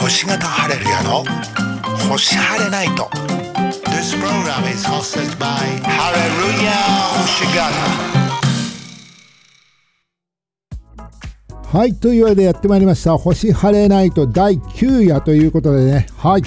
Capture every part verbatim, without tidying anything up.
星型晴れるやの星晴れナイト。 This program is hosted by ハレルヤ星型。はい、というわけでやってまいりました星晴れナイトだいきゅう夜ということでね、はい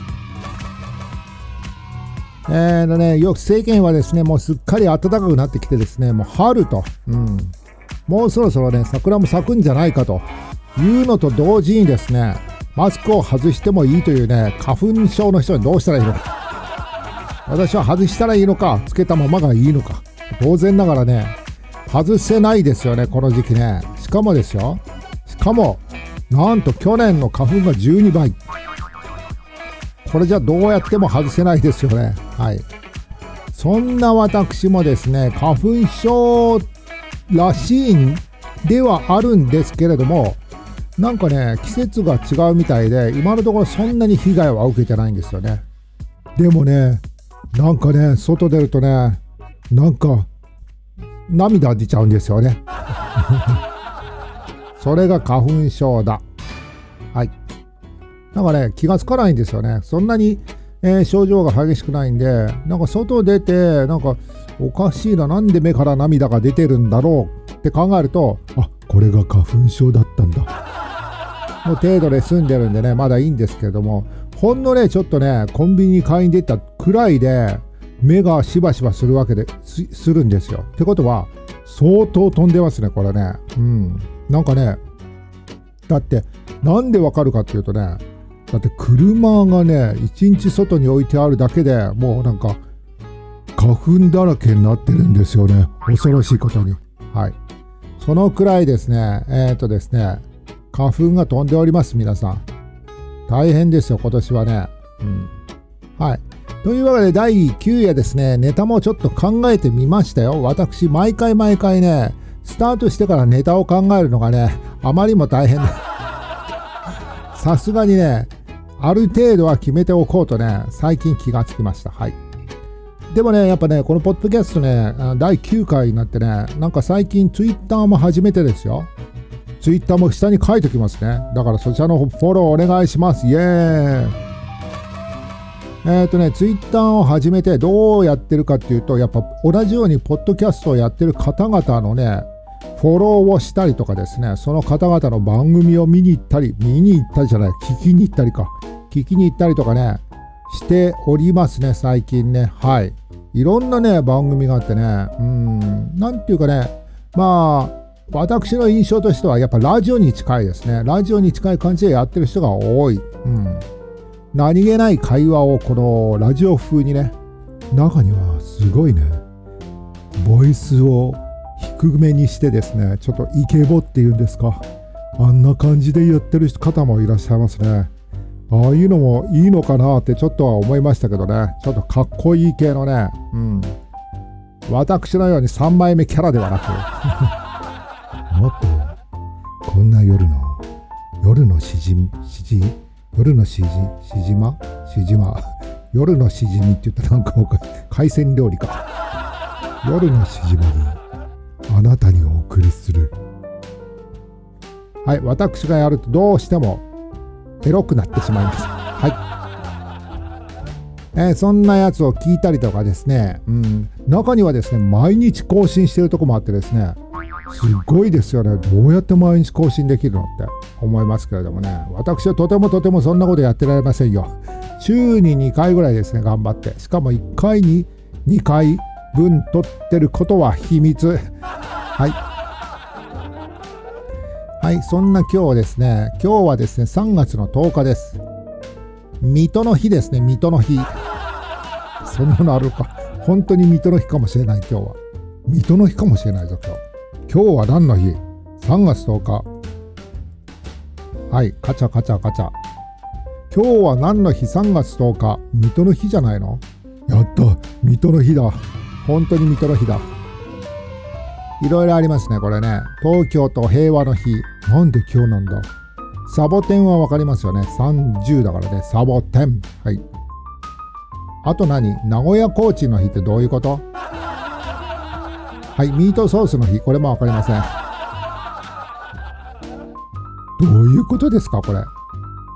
えーのね、よく世間はですね、もうすっかり暖かくなってきてですね、もう春と、うん、もうそろそろね、桜も咲くんじゃないかというのと同時にですね、マスクを外してもいいというね、花粉症の人はどうしたらいいのか。私は外したらいいのか、つけたままがいいのか。当然ながらね、外せないですよね、この時期ね。しかもですよ、しかも、なんと去年の花粉がじゅうにばい。これじゃどうやっても外せないですよね。はい。そんな私もですね、花粉症らしいんではあるんですけれども、なんかね、季節が違うみたいで、今のところそんなに被害は受けてないんですよね。でもね、なんかね、外出るとね、なんか、涙出ちゃうんですよね。それが花粉症だ。はい。なんかね、気がつかないんですよね。そんなに、えー、症状が激しくないんで、なんか外出て、なんかおかしいな、なんで目から涙が出てるんだろうって考えると、あ、これが花粉症だったんだ。の程度で済んでるんでね、まだいいんですけれども、ほんのね、ちょっとね、コンビニに買いに出たくらいで、目がしばしばするわけで、す、するんですよ。ってことは、相当飛んでますね、これね。うん。なんかね、だって、なんでわかるかっていうとね、だって車がね、一日外に置いてあるだけでもうなんか、花粉だらけになってるんですよね。恐ろしいことに。はい。そのくらいですね、えーとですね、花粉が飛んでおります、皆さん。大変ですよ、今年はね。うん。はい。というわけで、だいきゅう夜ですね、ネタもちょっと考えてみましたよ。私、毎回毎回ね、スタートしてからネタを考えるのがね、あまりにも大変で。さすがにね、ある程度は決めておこうとね、最近気がつきました。はい。でもね、やっぱね、このポッドキャストね、だいきゅうかいになってね、なんか最近ツイッターも始めてですよ。ツイッターも下に書いておきますね。だからそちらのフォローお願いします。イエーイ。えっとね、ツイッターを始めてどうやってるかっていうと、やっぱ同じようにポッドキャストをやってる方々のね、フォローをしたりとかですね、その方々の番組を見に行ったり、見に行ったりじゃない、聞きに行ったりか、聞きに行ったりとかね、しておりますね、最近ね。はい。いろんなね、番組があってね、うーん、なんていうかね、まあ、私の印象としてはやっぱラジオに近いですね。ラジオに近い感じでやってる人が多い。うん。何気ない会話をこのラジオ風にね、中にはすごいね、ボイスを低めにしてですね、ちょっとイケボっていうんですか。あんな感じで言ってる方もいらっしゃいますね。ああいうのもいいのかなってちょっとは思いましたけどね。ちょっとかっこいい系のね、うん。私のようにさんまいめキャラではなく、もっとこんな夜の夜のしじみしじ夜のしじしじましじま夜のしじみって言ったらなんか海鮮料理か。夜のしじまにあなたにお送りする。はい、私がやるとどうしてもエロくなってしまいます。はい。えー、そんなやつを聞いたりとかですね、うん、中にはですね、毎日更新してるとこもあってですね、すごいですよね。どうやって毎日更新できるのって思いますけれどもね。私はとてもとてもそんなことやってられませんよ。週ににかいぐらいですね、頑張って。しかもいっかいににかいぶん撮ってることは秘密。はい。はい、そんな今日ですね、今日はですね、さんがつのとおかです。水戸の日ですね、水戸の日。そんなのあるか。本当に水戸の日かもしれない、今日は。水戸の日かもしれないぞ、今日。今日は何の日？ さんがつとおか。はい、カチャカチャカチャ。今日は何の日？ さんがつとおか。水戸の日じゃないの？やった、水戸の日だ。本当に水戸の日だ。いろいろありますね、これね。東京都平和の日。なんで今日なんだ？サボテンはわかりますよね。さんじゅうだからね、サボテン。はい。あと何？名古屋コーチンの日ってどういうこと？はい、ミートソースの日。これもわかりません。どういうことですか、これ。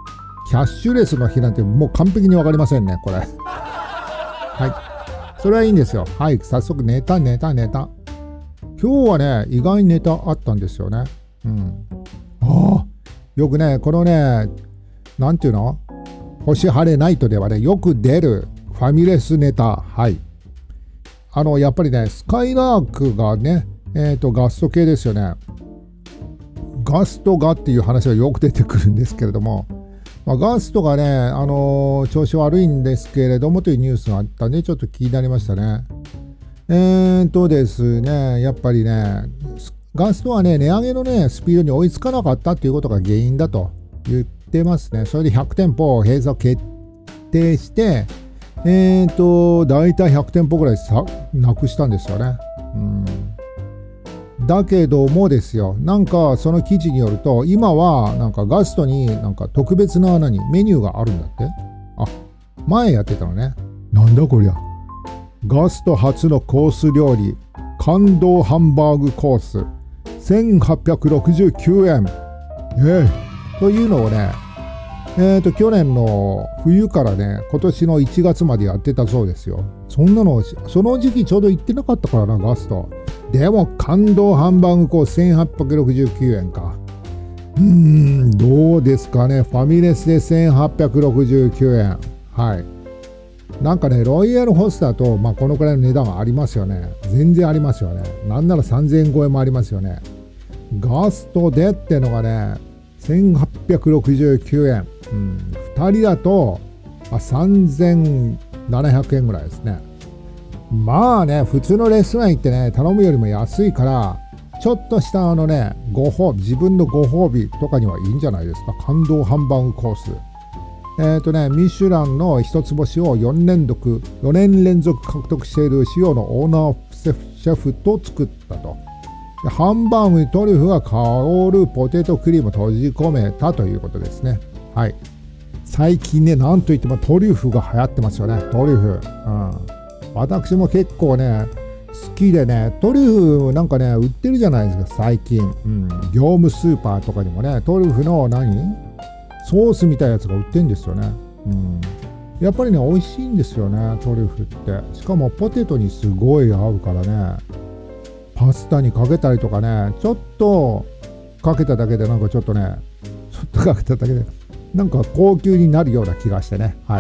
キャッシュレスの日なんてもう完璧に分かりませんね、これ。はい。それはいいんですよ。はい。早速、ネタ、ネタ、ネタ。今日はね、意外にネタあったんですよね。うん。ああ、よくね、このね、なんていうの？星晴れナイトではね、よく出るファミレスネタ。はい。あの、やっぱりね、スカイラークがね、えっと、ガスト系ですよね。ガストがっていう話がよく出てくるんですけれども、まあ、ガストがね、あのー、調子悪いんですけれどもというニュースがあったんで、ちょっと気になりましたね。えーとですね、やっぱりね、ガストはね、値上げのね、スピードに追いつかなかったということが原因だと言ってますね。それでひゃくてんぽを閉鎖決定して、えーと、だいたいひゃくてんぽぐらいさなくしたんですよね。うんだけどもですよ、なんかその記事によると、今はなんかガストになんか特別な何メニューがあるんだって。あ、前やってたのね。なんだこりゃ。ガスト初のコース料理、感動ハンバーグコース、せんはっぴゃくろくじゅうきゅうえん。ええというのをね、えーと、去年の冬からね、今年のいちがつまでやってたそうですよ。そんなの、その時期ちょうど行ってなかったからな、ガスト。でも、感動ハンバーグコースせんはっぴゃくろくじゅうきゅうえんか。うーん、どうですかね。ファミレスでせんはっぴゃくろくじゅうきゅうえん。はい。なんかね、ロイヤルホストだと、まあ、このくらいの値段はありますよね。全然ありますよね。なんならさんぜんえん超えもありますよね。ガストでってのがね、せんはっぴゃくろくじゅうきゅうえん。うん、ふたりだと、まあ、さんぜんななひゃくえんぐらいですね。まあね、普通のレストラン行ってね、頼むよりも安いから、ちょっとしたあのね、ご褒美、自分のご褒美とかにはいいんじゃないですか。感動ハンバーグコース。えっとね、ミシュランの一つ星をよねん連続、よねん連続獲得している仕様のオーナーシェフと作ったと。でハンバーグにトリュフが香るポテトクリームを閉じ込めたということですね。はい。最近ね、なんといってもトリュフが流行ってますよね。トリュフ。うん。私も結構ね、好きでね、トリュフなんかね、売ってるじゃないですか、最近。うん。業務スーパーとかにもね、トリュフの何ソースみたいなやつが売ってるんですよね。うん。やっぱりね、美味しいんですよね、トリュフって。しかもポテトにすごい合うからね、パスタにかけたりとかね、ちょっとかけただけでなんかちょっとね、ちょっとかけただけで、なんか高級になるような気がしてね。はい。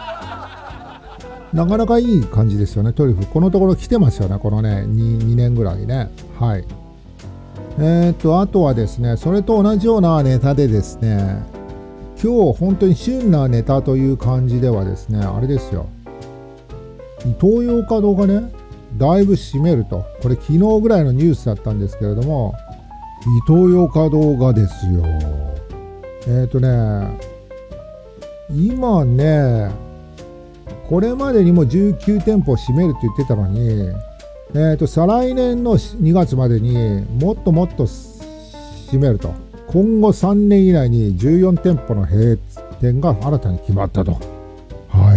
なかなかいい感じですよね、トリュフ。このところ来てますよね、このね、に, にねんぐらいね。はい。えー、っと、あとはですね、それと同じようなネタでですね、今日本当に旬なネタという感じではですね、あれですよ。イトーヨーカドーがね、だいぶ占めると。これ昨日ぐらいのニュースだったんですけれども、イトーヨーカドーがですよ。えっとね、今ね、これまでにもじゅうきゅうてんぽ占めるって言ってたのに、えっと、再来年のにがつまでにもっともっと占めると。今後さんねん以内にじゅうよんてんぽの閉店が新たに決まったと。はい。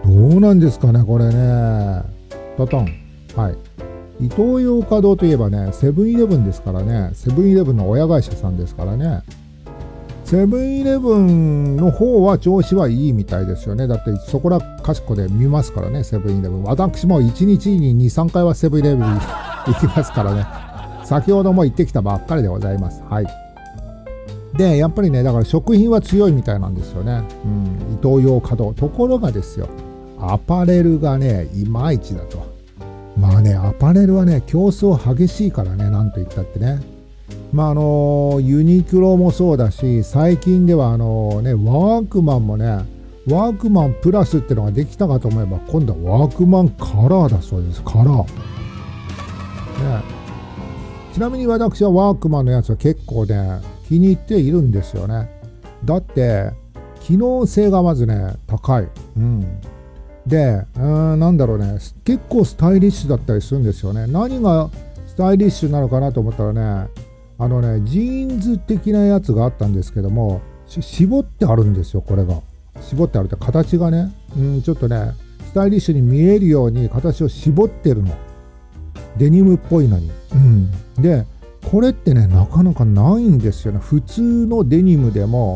どうなんですかね、これね。トトン。はい。イトーヨーカドーといえばね、セブンイレブンですからね、セブンイレブンの親会社さんですからね。セブンイレブンの方は調子はいいみたいですよね。だってそこらかしこで見ますからね、セブンイレブン。私もいちにちにに、さんかいはセブンイレブン行きますからね。先ほども行ってきたばっかりでございます。はい。で、やっぱりね、だから食品は強いみたいなんですよね。うん、イトーヨーカドー。ところがですよ、アパレルがね、いまいちだと。まあね、アパレルはね、競争激しいからね、なんと言ったってね。まああのユニクロもそうだし、最近ではあのね、ワークマンもね、ワークマンプラスってのができたかと思えば、今度はワークマンカラーだそうです。カラー。ね。ちなみに私はワークマンのやつは結構ね、気に入っているんですよね。だって、機能性がまずね、高い。うん。で、うーん、なんだろうね、結構スタイリッシュだったりするんですよね。何がスタイリッシュなのかなと思ったらね、あのね、ジーンズ的なやつがあったんですけども、絞ってあるんですよ、これが。絞ってあるって形がね、うん、ちょっとね、スタイリッシュに見えるように形を絞ってるの。デニムっぽいのに。うん。で、これってね、なかなかないんですよね。普通のデニムでも、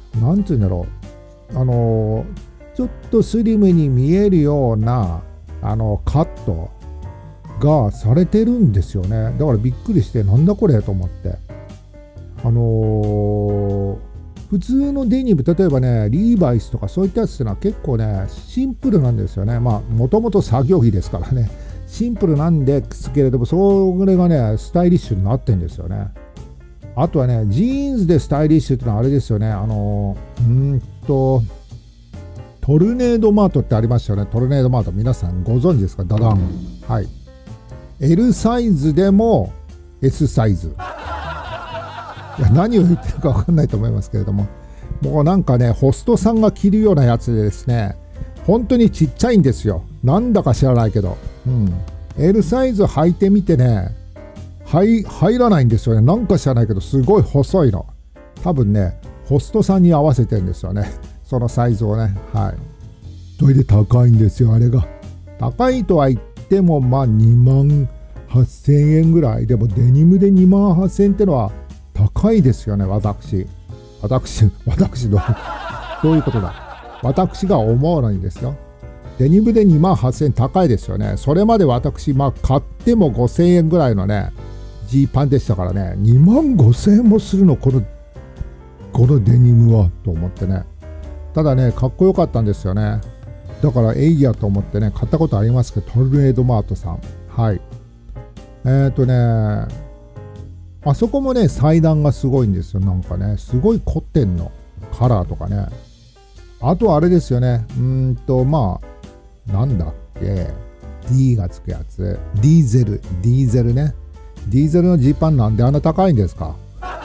なんていうんだろう、あのちょっとスリムに見えるようなあのカットがされてるんですよね。だからびっくりして、なんだこれと思って。あのー普通のデニム、例えばね、リーバイスとかそういったやつっていうのは結構ね、シンプルなんですよね。まあ、もともと作業着ですからね。シンプルなんですけれども、それがね、スタイリッシュになってんですよね。あとはね、ジーンズでスタイリッシュっていうのはあれですよね。あのー、うーんと、トルネードマートってありましたよね。トルネードマート、皆さんご存知ですか？ダダン。はい。L サイズでも S サイズ。いや、何を言ってるか分かんないと思いますけれども、もうなんかね、ホストさんが着るようなやつでですね、本当にちっちゃいんですよ。なんだか知らないけど。うん。L サイズ履いてみてね、入, 入らないんですよね。なんか知らないけど、すごい細いの。多分ね、ホストさんに合わせてるんですよね。そのサイズをね。はい。それで高いんですよ、あれが。高いとは言っても、まあにまんはっせんえんぐらい。でもデニムでにまんはっせんえんってのは、高いですよね、私。私、私どう、どういうことだ。私が思うのにですよ。デニムでにまんはっせんえん高いですよね。それまで私、まあ、買ってもごせんえんぐらいのね、ジーパンでしたからね、にまんごせんえんもするの、この、このデニムは、と思ってね。ただね、かっこよかったんですよね。だから、えいやと思ってね、買ったことありますけど、トルネードマートさん。はい。えーとね、あそこもね、裁断がすごいんですよ。なんかね、すごい凝ってんの。カラーとかね。あとはあれですよね。うーんと、まあ、なんだっけ。D がつくやつ。ディーゼル。ディーゼルね。ディーゼルのジーパンなんであんな高いんですか？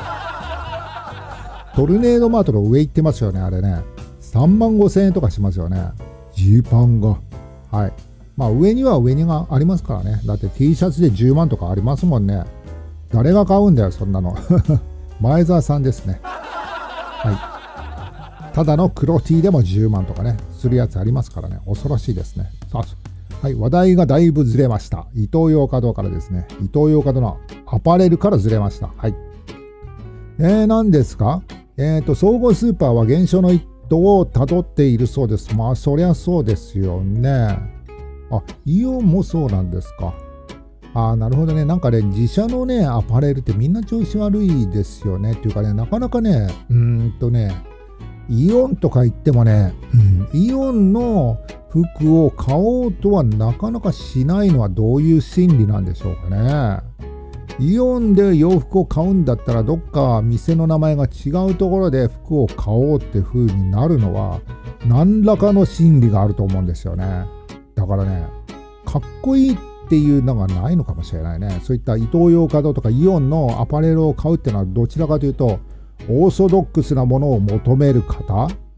トルネードマートの上行ってますよね、あれね。さんまんごせんえんとかしますよね。ジーパンが。はい。まあ、上には上にがありますからね。だって T シャツでじゅうまんとかありますもんね。誰が買うんだよ、そんなの。前澤さんですね。はい。ただの黒 T でもじゅうまんとかね、するやつありますからね。恐ろしいですね。さあ、はい、話題がだいぶずれました。イトーヨーカドーからですね。イトーヨーカドーのアパレルからずれました。はい。えー、何ですか？えっと、総合スーパーは減少の一途をたどっているそうです。まあ、そりゃそうですよね。あ、イオンもそうなんですか。ああ、なるほどね。なんかね、自社のね、アパレルってみんな調子悪いですよね。っていうかね、なかなかね、うーんとね、イオンとか言ってもね、うん、イオンの服を買おうとはなかなかしないのはどういう心理なんでしょうかね。イオンで洋服を買うんだったら、どっか店の名前が違うところで服を買おうって風になるのは、何らかの心理があると思うんですよね。だからね、かっこいいっていうのがないのかもしれないね。そういったイトーヨーカドーとかイオンのアパレルを買うっていうのはどちらかというとオーソドックスなものを求める方、うん、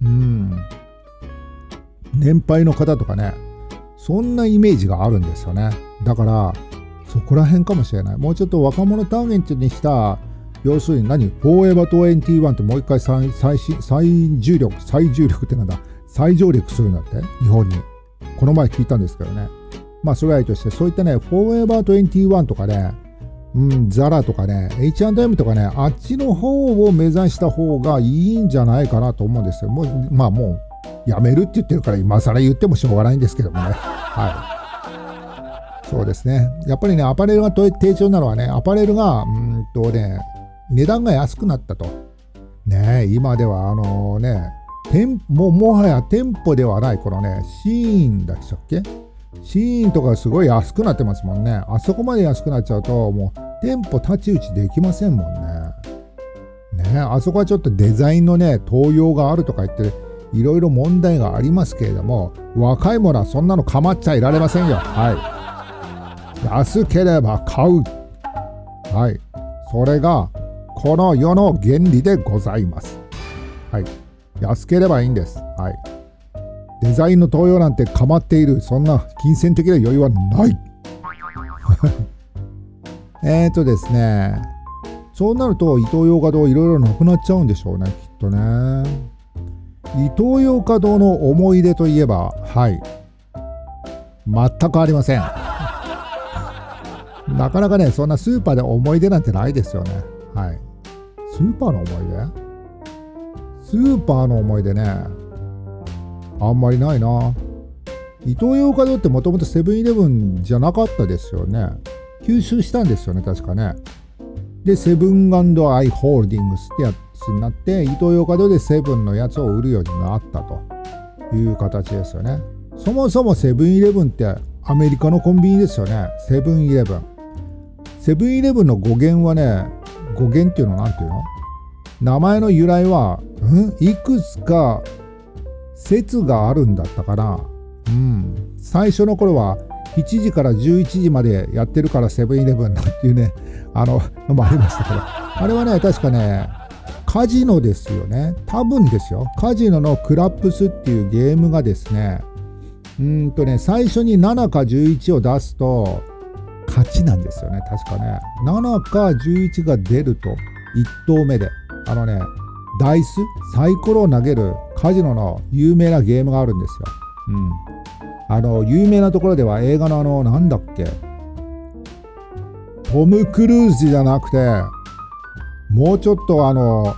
年配の方とかね、そんなイメージがあるんですよね。だからそこら辺かもしれない。もうちょっと若者ターゲットにした、要するに何、フォーエバーにじゅういちってもう一回再再再重力最重力ってなんだ、再上陸するんだって日本に。この前聞いたんですけどね。まあそれはいいとして、そういったね、フォーエバーにじゅういちとかね、うん、ザラとかね、エイチアンドエム とかね、あっちの方を目指した方がいいんじゃないかなと思うんですよ。もう、まあもう、やめるって言ってるから、今更言ってもしょうがないんですけどもね。はい。そうですね。やっぱりね、アパレルが低調なのはね、アパレルが、うんとね、値段が安くなったと。ねえ、今では、あのね、店ももはや店舗ではない、このね、シーンだしたっけ？シーンとかすごい安くなってますもんね。あそこまで安くなっちゃうと、もう店舗太刀打ちできませんもんね。ねえ、あそこはちょっとデザインのね、盗用があるとか言って、いろいろ問題がありますけれども、若い者はそんなの構っちゃいられませんよ。はい。安ければ買う。はい。それが、この世の原理でございます。はい。安ければいいんです。はい。デザインの盗用なんて構っている、そんな金銭的な余裕はない。えーとですね、そうなるとイトーヨーカドーいろいろなくなっちゃうんでしょうね、きっとね。イトーヨーカドーの思い出といえば、はい、全くありません。なかなかね、そんなスーパーで思い出なんてないですよね。はい。スーパーの思い出？ スーパーの思い出ね、あんまりないな。イトーヨーカドーってもともとセブンイレブンじゃなかったですよね。吸収したんですよね、確かね。で、セブン&アイ・ホールディングスってやつになって、イトーヨーカドーでセブンのやつを売るようになったという形ですよね。そもそもセブンイレブンってアメリカのコンビニですよね。セブンイレブン。セブンイレブンの語源はね、語源っていうのは何ていうの？名前の由来は、んいくつか説があるんだったかな。うん。最初の頃はしちじからじゅういちじまでやってるからセブンイレブンなんていうね、あの、のもありましたけど、あれはね、確かね、カジノですよね。多分ですよ。カジノのクラップスっていうゲームがですね、うーんとね、最初にななかじゅういちを出すと、勝ちなんですよね。確かね。ななかじゅういちが出ると、いっ投目で。あのね、ダイス、サイコロを投げるカジノの有名なゲームがあるんですよ。うん。あの、有名なところでは映画のあの、なんだっけ、トム・クルーズじゃなくて、もうちょっとあの、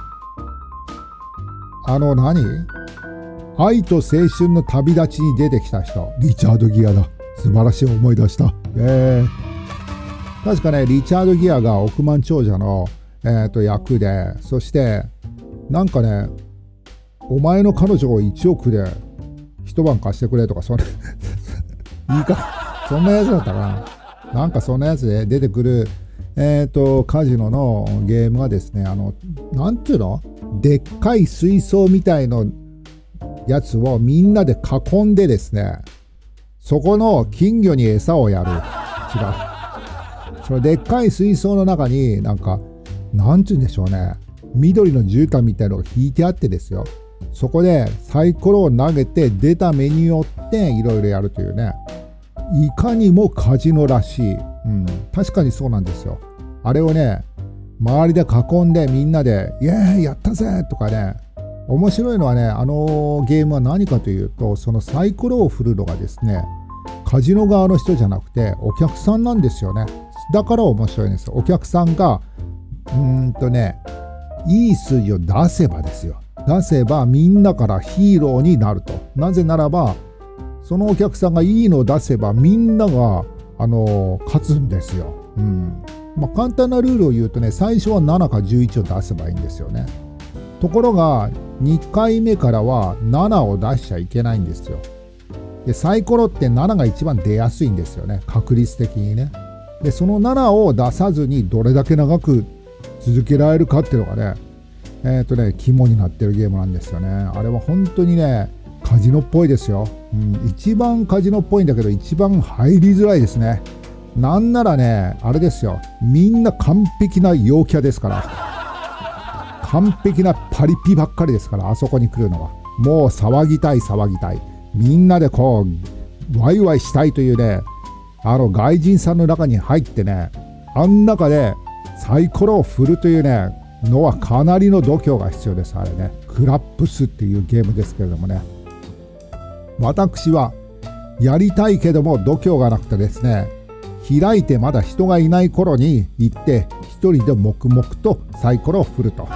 あの何愛と青春の旅立ちに出てきた人、リチャード・ギアだ。素晴らしい、思い出した。えー、確かね、リチャード・ギアが億万長者の、えー、と役で、そして、なんかね、お前の彼女をいちおくで一晩貸してくれとか、そんな、いいか、そんなやつだったかな。なんかそんなやつで出てくる、えっと、カジノのゲームがですね、あの、なんていうの？でっかい水槽みたいのやつをみんなで囲んでですね、そこの金魚に餌をやる。違う。そのでっかい水槽の中になんか、なんていうんでしょうね、緑の絨毯みたいのが引いてあってですよ。そこでサイコロを投げて出た目によっていろいろやるというね。いかにもカジノらしい。うん、確かにそうなんですよ。あれをね、周りで囲んでみんなで、イエーイやったぜとかね。面白いのはね、あのゲームは何かというと、そのサイコロを振るのがですね、カジノ側の人じゃなくてお客さんなんですよね。だから面白いんですよ。お客さんが、うーんとね、いい数字を出せばですよ。出せばみんなからヒーローになると。なぜならば、そのお客さんがいいのを出せばみんなが、あのー、勝つんですよ。うん。まあ、簡単なルールを言うとね、最初はななかじゅういちを出せばいいんですよね。ところが、にかいめからはななを出しちゃいけないんですよ。で、サイコロってななが一番出やすいんですよね。確率的にね。で、そのななを出さずにどれだけ長く続けられるかっていうのがね、えっとね、肝になってるゲームなんですよね。あれは本当にね、カジノっぽいですよ。うん、一番カジノっぽいんだけど、一番入りづらいですね。なんならね、あれですよ。みんな完璧な陽キャですから。完璧なパリピばっかりですから、あそこに来るのは。もう騒ぎたい騒ぎたい。みんなでこう、ワイワイしたいというね、あの外人さんの中に入ってね、あん中でサイコロを振るというね、のはかなりの度胸が必要です。あれね。クラップスっていうゲームですけれどもね。私はやりたいけども度胸がなくてですね、開いてまだ人がいない頃に行って一人で黙々とサイコロを振ると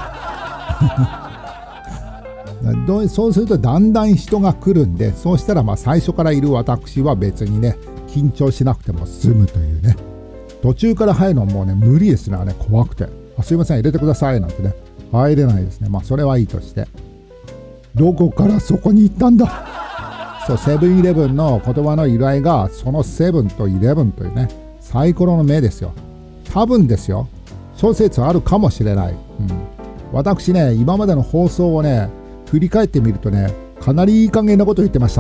どうそうするとだんだん人が来るんで、そうしたらまあ最初からいる私は別にね、緊張しなくても済むというね。途中から入るのはもうね、無理ですね。あれ怖くて、あ、すいません入れてくださいなんてね、入れないですね。まあそれはいいとして、どこからそこに行ったんだ。そう、セブンイレブンの言葉の由来がそのセブンとイレブンというね、サイコロの目ですよ。多分ですよ。諸説あるかもしれない。うん、私ね、今までの放送をね、振り返ってみるとね、かなりいい加減なこと言ってました。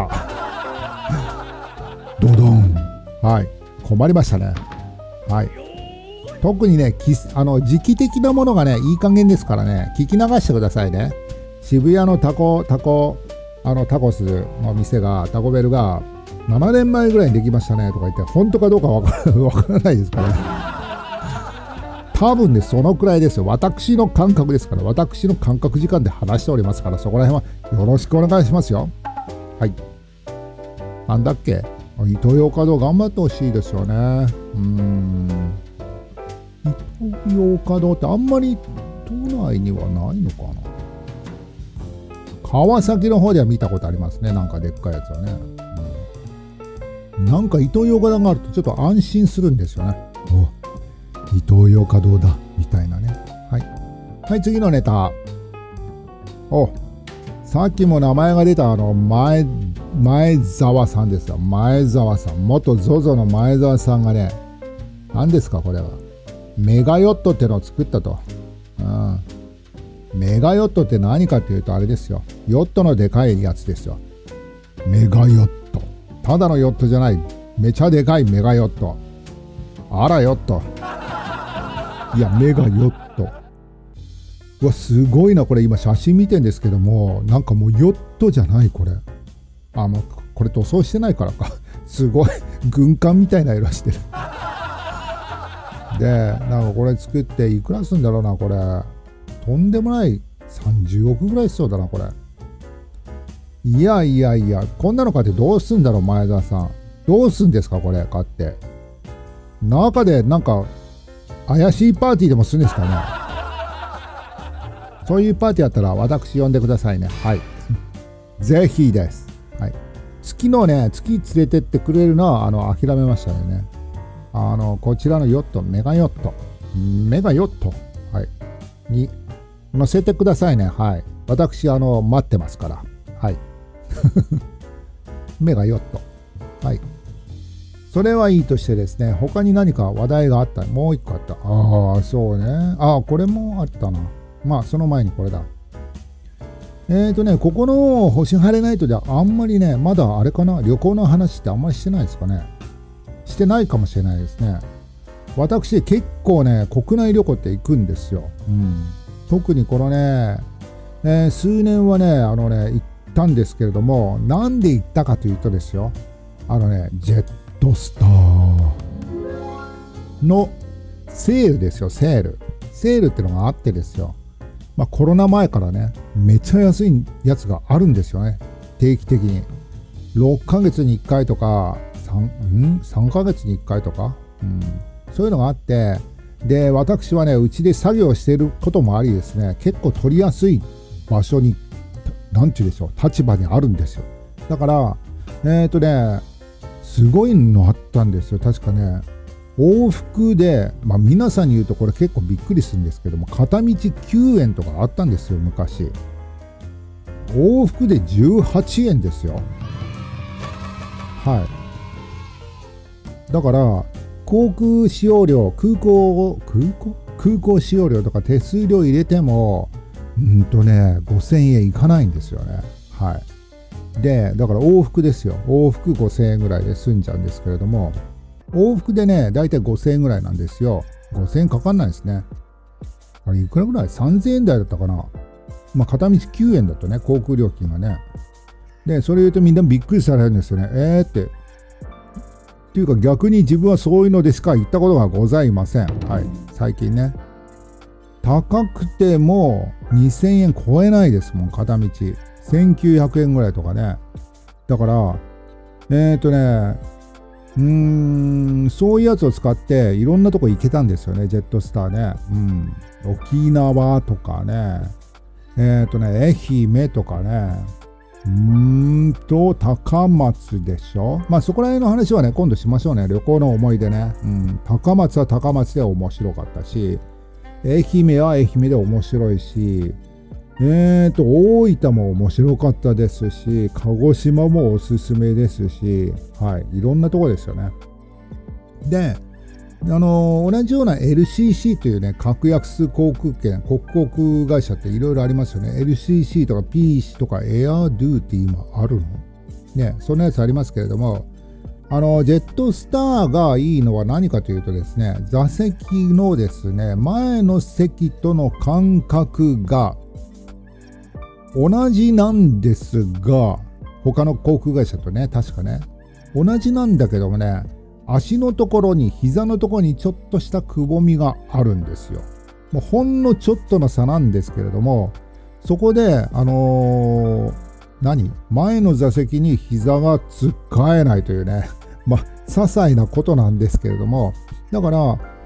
ドドン。はい。困りましたね。はい。特にね、あの時期的なものがね、いい加減ですからね、聞き流してくださいね。渋谷のタコ、タコ、あのタコスの店が、タコベルがななねんまえぐらいにできましたねとか言って、本当かどうかわから、わからないですからね。多分ね、そのくらいですよ。私の感覚ですから、私の感覚時間で話しておりますから、そこら辺はよろしくお願いしますよ。はい。なんだっけ、イトーヨーカドー頑張ってほしいですよね。うーん。イトーヨーカドーってあんまり都内にはないのかな。 川崎の方では見たことありますね。なんかでっかいやつはね。うん、なんかイトーヨーカドーがあるとちょっと安心するんですよね。お、イトーヨーカドーだみたいなね。はい。はい、次のネタ。お、さっきも名前が出たあの前、前澤さんですよ。前澤さん。元 ゾゾ の前澤さんがね、何ですかこれは。メガヨットってのを作ったと。うん。メガヨットって何かっていうとあれですよ。ヨットのでかいやつですよ。メガヨット。ただのヨットじゃない。めちゃでかいメガヨット。あらヨット。いや、メガヨット。うわ、すごいな。これ今写真見てんですけども、なんかもうヨットじゃないこれ。あ、もうこれ塗装してないからか。すごい。軍艦みたいな色してる。で、なんかこれ作っていくらすんだろうな、これ。とんでもないさんじゅうおくぐらいしそうだな、これ。いやいやいや、こんなの買ってどうすんだろう、前澤さん。どうすんですか、これ、買って。中でなんか、怪しいパーティーでもするんですかね。そういうパーティーやったら私呼んでくださいね。はい。ぜひです。はい。月のね、月連れてってくれるのは、あの、諦めましたよね。あの、こちらのヨット、メガヨット。メガヨット。はい。に、乗せてくださいね。はい。私、あの、待ってますから。はい。メガヨット。はい。それはいいとしてですね、他に何か話題があった。もう一個あった。ああ、そうね。ああ、これもあったな。まあ、その前にこれだ。えーとね、ここの星晴れナイトではあんまりね、まだあれかな、旅行の話ってあんまりしてないですかね。してないかもしれないですね。私、結構ね、国内旅行って行くんですよ。うん、特にこのね、えー、数年はね、あのね、行ったんですけれども、なんで行ったかというとですよ、あのね、ジェットスターのセールですよ、セール。セールってのがあってですよ。まあ、コロナ前からね、めっちゃ安いやつがあるんですよね。定期的に。ろっかげつにいっかいとか、さん、ん ?さん ヶ月にいっかいとか、うん。そういうのがあって、で、私はね、うちで作業していることもありですね、結構取りやすい場所に、なんて言うでしょう、立場にあるんですよ。だから、えっとね、すごいのあったんですよ。確かね、往復で、まあ皆さんに言うとこれ結構びっくりするんですけども、片道きゅうえんとかあったんですよ、昔。往復でじゅうはちえんですよ。はい。だから、航空使用料、空港、空港空港使用料とか手数料入れても、うんとね、ごせんえんいかないんですよね。はい。で、だから往復ですよ。往復ごせんえんぐらいで済んじゃうんですけれども、往復でね、だいたいごせんえんぐらいなんですよ。ごせんえんかかんないですね。あれ、いくらぐらい ?さんぜんえん台だったかな。まあ、片道きゅうえんだとね、航空料金がね。で、それ言うとみんなびっくりされるんですよね。えーって。っていうか逆に自分はそういうのでしか行ったことがございません。はい。最近ね。高くてもにせんえん超えないですもん、片道。せんきゅうひゃくえんぐらいとかね。だから、えーとね、うーん、そういうやつを使っていろんなとこ行けたんですよね、ジェットスターね。うん。沖縄とかね。えーとね、愛媛とかね。うーんと、高松でしょ。まあそこら辺の話はね、今度しましょうね。旅行の思い出ね。うん。高松は高松で面白かったし、愛媛は愛媛で面白いし、えーと、大分も面白かったですし、鹿児島もおすすめですし、はい。いろんなとこですよね。で、あのー、同じような エルシーシー というね、格安航空券、国航空会社っていろいろありますよね。エルシーシー とか ピーシー とか エアドゥって今あるのね、そんなやつありますけれども、あの、ジェットスターがいいのは何かというとですね、座席のですね、前の席との間隔が同じなんですが、他の航空会社とね、確かね、同じなんだけどもね、足のところに、膝のところにちょっとしたくぼみがあるんですよ。もうほんのちょっとの差なんですけれども、そこで、あのー、何前の座席に膝がつっかえないというね、まあ、些細なことなんですけれども、だから、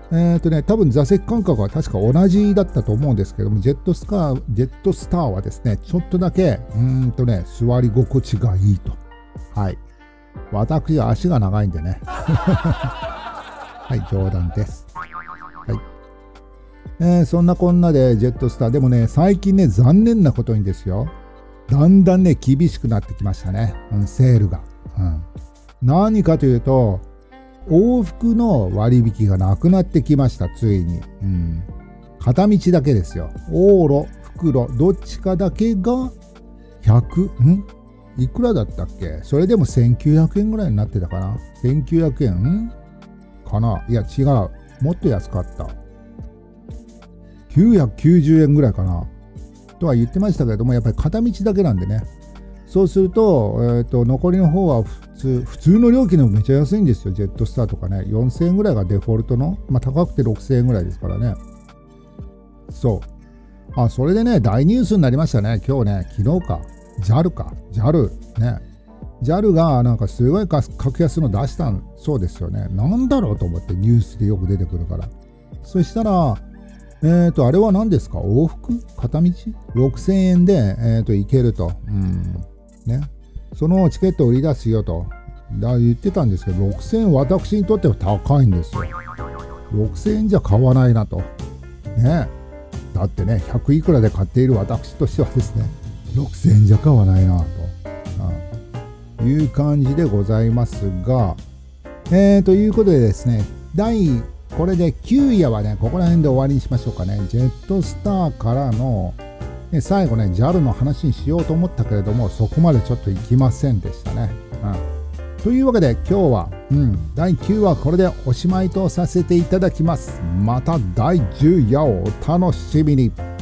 えっとね、多分座席間隔は確か同じだったと思うんですけども、ジェットスター、ジェットスターはですね、ちょっとだけ、うーんとね、座り心地がいいと。はい。私は足が長いんでね。はい、冗談です。はい。えー、そんなこんなでジェットスター、でもね、最近ね、残念なことにですよ、だんだんね、厳しくなってきましたね、うん、セールが。うん、何かというと、往復の割引がなくなってきました、ついに。うん、片道だけですよ。往路、復路、どっちかだけがひゃく、んいくらだったっけ？それでもせんきゅうひゃくえんぐらいになってたかな？ せんきゅうひゃくえんかな？いや、違う。もっと安かった。きゅうひゃくきゅうじゅうえんぐらいかなとは言ってましたけれども、やっぱり片道だけなんでね。そうすると、えーと、残りの方は普通、普通の料金でもめっちゃ安いんですよ。ジェットスターとかね。よんせんえんぐらいがデフォルトの、まあ高くてろくせんえんぐらいですからね。そう。あ、それでね、大ニュースになりましたね。今日ね、昨日か。ジャル か。ジャル。ね。ジャル がなんかすごい格安の出したんそうですよね。なんだろうと思ってニュースでよく出てくるから。そしたら、えーと、あれは何ですか？往復片道ろくせんえんで、えーと、行けると。うん。ね。そのチケットを売り出すよと。だ言ってたんですけど、ろくせんえん私にとっては高いんですよ。ろくせんえんじゃ買わないなと。ね。だってね、ひゃくいくらで買っている私としてはですね、ろくせんえんじゃ買わないなと、うん、いう感じでございますが、えー、ということでですね、第これできゅういはね、ここら辺で終わりにしましょうかね。ジェットスターからの、ね、最後ね、ジャル の話にしようと思ったけれども、そこまでちょっといきませんでしたね。うん、というわけで今日は、うん、だいきゅうわこれでおしまいとさせていただきます。まただいじゅうわをお楽しみに。